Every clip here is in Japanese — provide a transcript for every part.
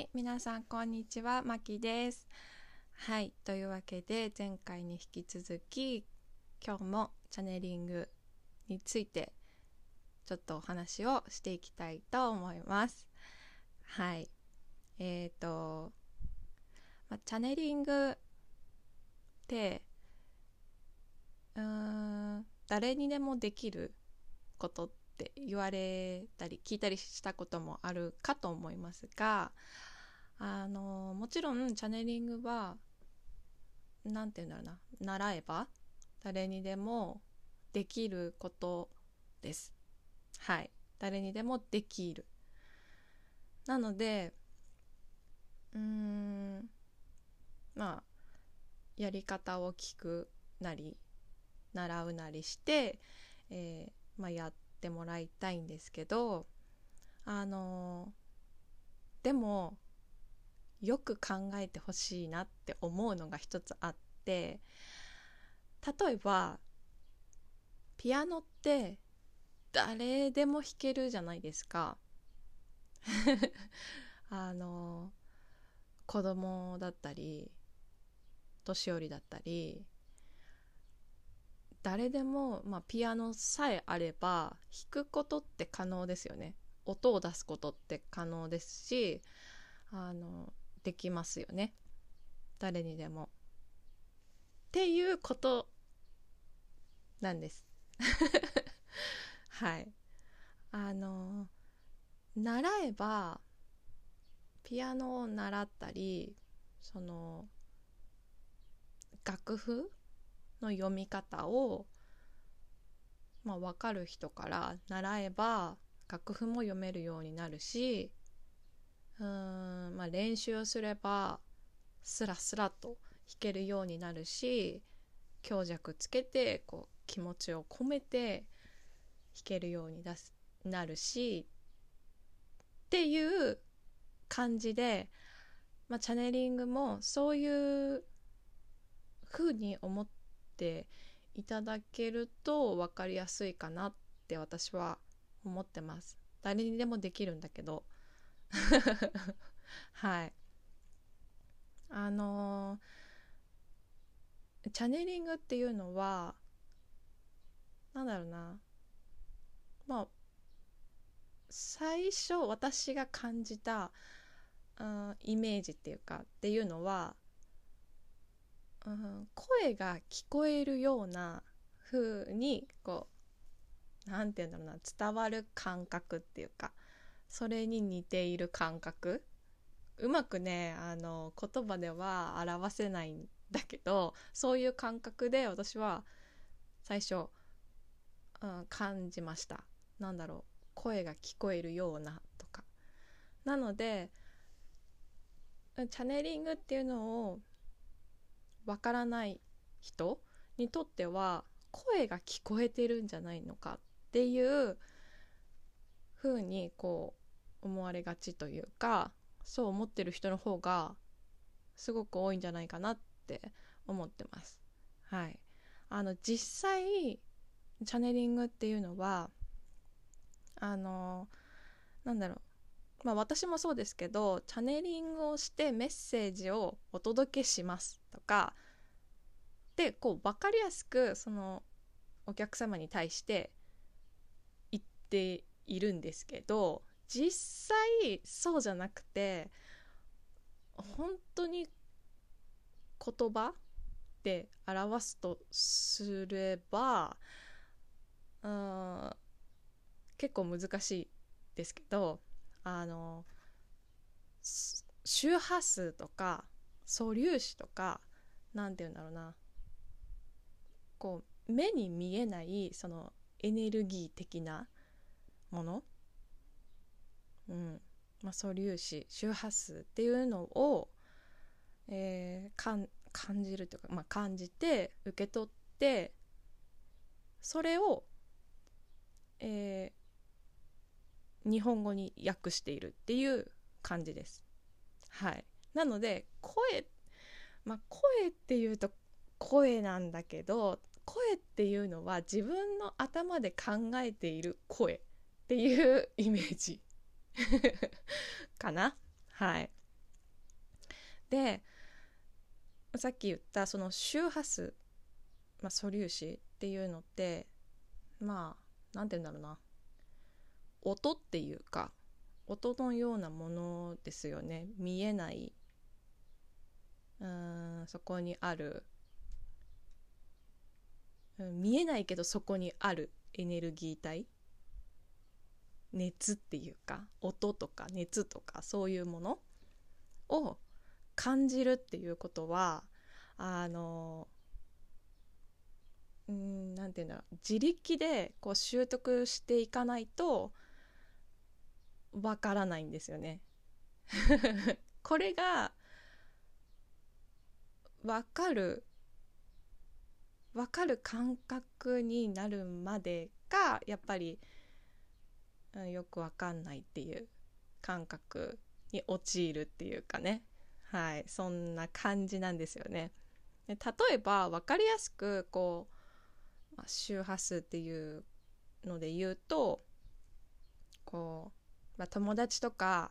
い、皆さんこんにちは、まきです。はい、というわけで前回に引き続き今日もチャネリングについてちょっとお話をしていきたいと思います。はい、チャネリングって誰にでもできることって言われたり聞いたりしたこともあるかと思いますが、もちろんチャネリングはなんていうんだろうな、習えば誰にでもできることです。はい、誰にでもできる。なのでまあやり方を聞くなり習うなりして、やってもらいたいんですけど、でもよく考えてほしいなって思うのが一つあって、例えばピアノって誰でも弾けるじゃないですか。子供だったり年寄りだったり誰でも、ピアノさえあれば弾くことって可能ですよね。音を出すことって可能ですし、できますよね、誰にでもっていうことなんです。はい、習えばピアノを習ったり、その楽譜の読み方を、分かる人から習えば楽譜も読めるようになるし、練習をすればスラスラと弾けるようになるし、強弱つけてこう気持ちを込めて弾けるようになるしっていう感じで、チャネリングもそういう風に思っていただけると分かりやすいかなって私は思ってます。誰にでもできるんだけどはい、チャネリングっていうのはなんだろうな、最初私が感じた、イメージっていうかっていうのは、声が聞こえるような風にこうなんていうんだろうな、伝わる感覚っていうか、それに似ている感覚、うまくね言葉では表せないんだけど、そういう感覚で私は最初、感じました。なんだろう、声が聞こえるようなとか。なのでチャネリングっていうのをわからない人にとっては声が聞こえてるんじゃないのかっていう風にこう思われがちというか、そう思ってる人の方がすごく多いんじゃないかなって思ってます。はい、実際チャネリングっていうのはなんだろう、私もそうですけど、チャネリングをしてメッセージをお届けしますとかでこう分かりやすくそのお客様に対して言っているんですけど、実際そうじゃなくて、本当に言葉で表すとすれば、結構難しいですけど、周波数とか素粒子とか、なんていうんだろうな、こう目に見えないそのエネルギー的なもの、素粒子周波数っていうのを、感じるというか、感じて受け取って、それを、日本語に訳しているっていう感じです。はい、なので声っていうと声なんだけど、声っていうのは自分の頭で考えている声っていうイメージかな。はい、 でさっき言ったその周波数、素粒子っていうのって、なんて言うんだろうな、音っていうか音のようなものですよね。見えない、そこにある、見えないけどそこにあるエネルギー体、熱っていうか音とか熱とかそういうものを感じるっていうことは、なんていうんだろう、自力でこう習得していかないとわからないんですよね。これがわかる感覚になるまでがやっぱり、よくわかんないっていう感覚に陥るっていうかね、はい、そんな感じなんですよね。で例えばわかりやすくこう、周波数っていうので言うと、こう、友達とか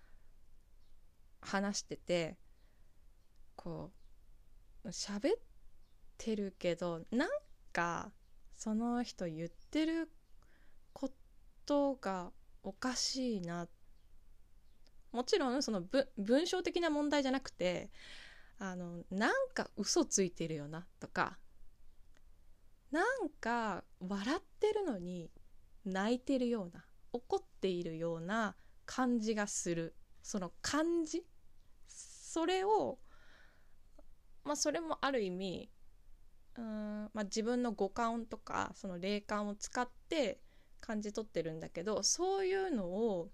話してて、こう喋ってるけどなんかその人言ってることがおかしいな、もちろんその文章的な問題じゃなくて、なんか嘘ついてるよなとか、なんか笑ってるのに泣いてるような、怒っているような感じがする、その感じ、それを、それもある意味、自分の五感とかその霊感を使って感じ取ってるんだけど、そういうのを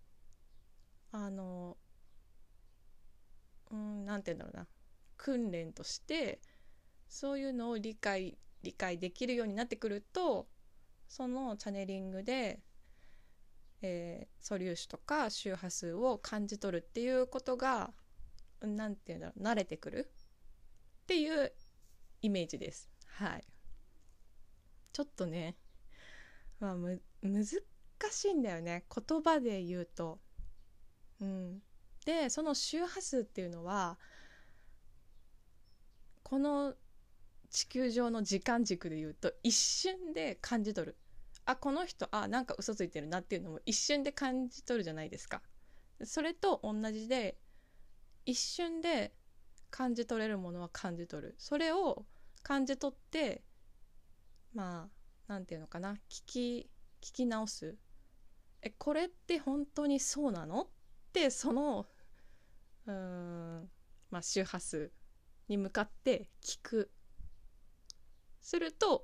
なんて言うんだろうな、訓練としてそういうのを理解できるようになってくると、そのチャネリングで、素粒子とか周波数を感じ取るっていうことが、なんていうんだろう、慣れてくるっていうイメージです。はい。ちょっとね、難しいんだよね、言葉で言うと。でその周波数っていうのは、この地球上の時間軸で言うと一瞬で感じ取る、この人なんか嘘ついてるなっていうのも一瞬で感じ取るじゃないですか。それと同じで、一瞬で感じ取れるものは感じ取る、それを感じ取って、なんていうのかな、聞き直す、これって本当にそうなのって、その周波数に向かって聞く、すると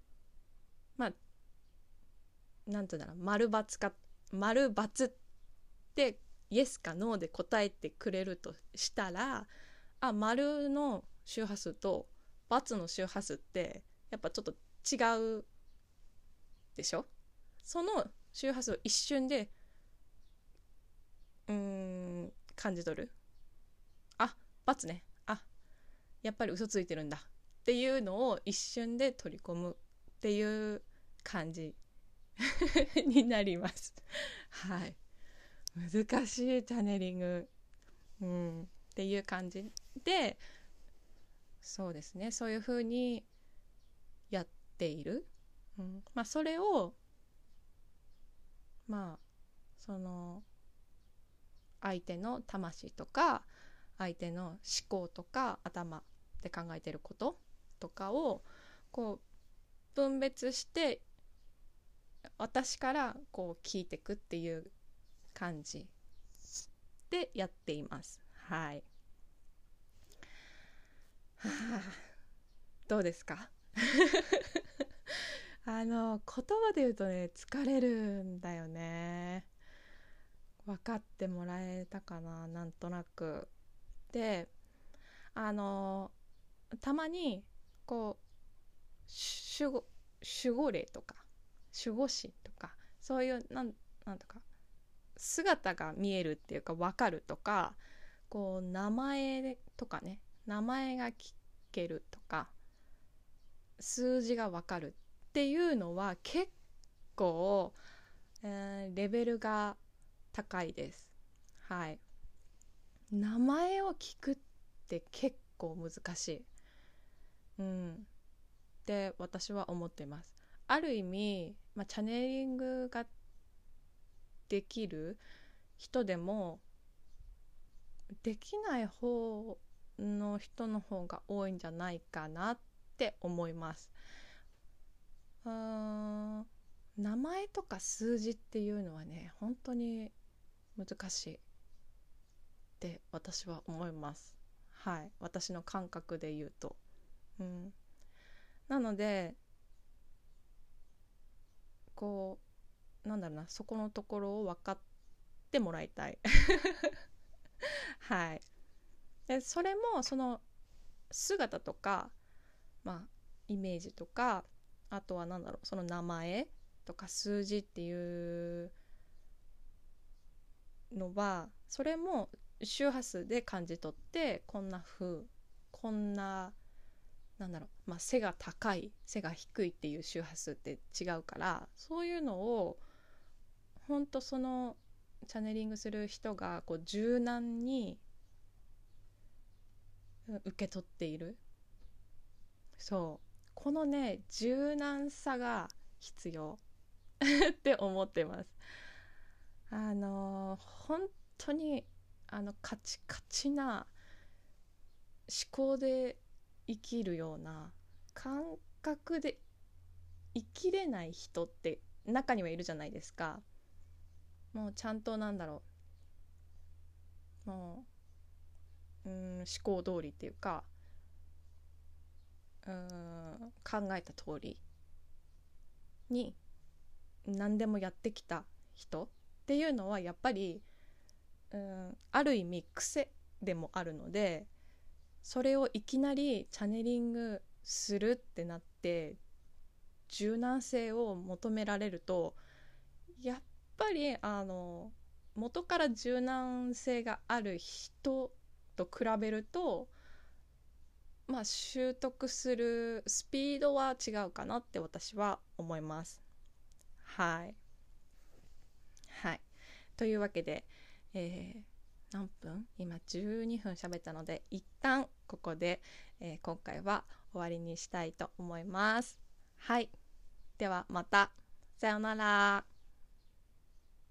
なんていうんだろう、丸×ってイエスかノーで答えてくれるとしたら、丸の周波数と×の周波数ってやっぱちょっと違うでしょ。その周波数を一瞬で感じ取る、×ね、やっぱり嘘ついてるんだっていうのを一瞬で取り込むっていう感じになります。はい、難しいチャネリング、っていう感じで、そうですね、そういう風にやっている、それをその相手の魂とか相手の思考とか頭で考えてることとかをこう分別して私からこう聞いていくっていう感じでやっています。はい。どうですか？言葉で言うとね、疲れるんだよね。分かってもらえたかな、なんとなく。で、たまにこう守護霊とか守護神とか、そういうなんとか姿が見えるっていうか分かるとか、こう名前とかね、名前が聞けるとか数字が分かるっていうのは結構、レベルが高いです。はい。 名前を聞くって結構難しい、って私は思っています。ある意味、チャネリングができる人でもできない方の人の方が多いんじゃないかなって思います。名前とか数字っていうのはね、本当に難しいって私は思います。はい、私の感覚で言うと、なのでこうなんだろうな、そこのところを分かってもらいたいはい。でそれもその姿とか、イメージとか、あとはその名前とか数字っていうのは、それも周波数で感じ取って、こんな風、こんな背が高い背が低いっていう周波数って違うから、そういうのを本当そのチャネリングする人がこう柔軟に受け取っている。そう、このね柔軟さが必要って思ってます。本当にカチカチな思考で生きるような感覚で生きれない人って中にはいるじゃないですか。もうちゃんともう思考通りっていうか、考えた通りに何でもやってきた人っていうのはやっぱりある意味癖でもあるので、それをいきなりチャネリングするってなって柔軟性を求められると、やっぱり元から柔軟性がある人と比べると、習得するスピードは違うかなって私は思います。はい、はい、というわけで、何分今12分喋ったので、一旦ここで、今回は終わりにしたいと思います。はい、ではまた、さようなら。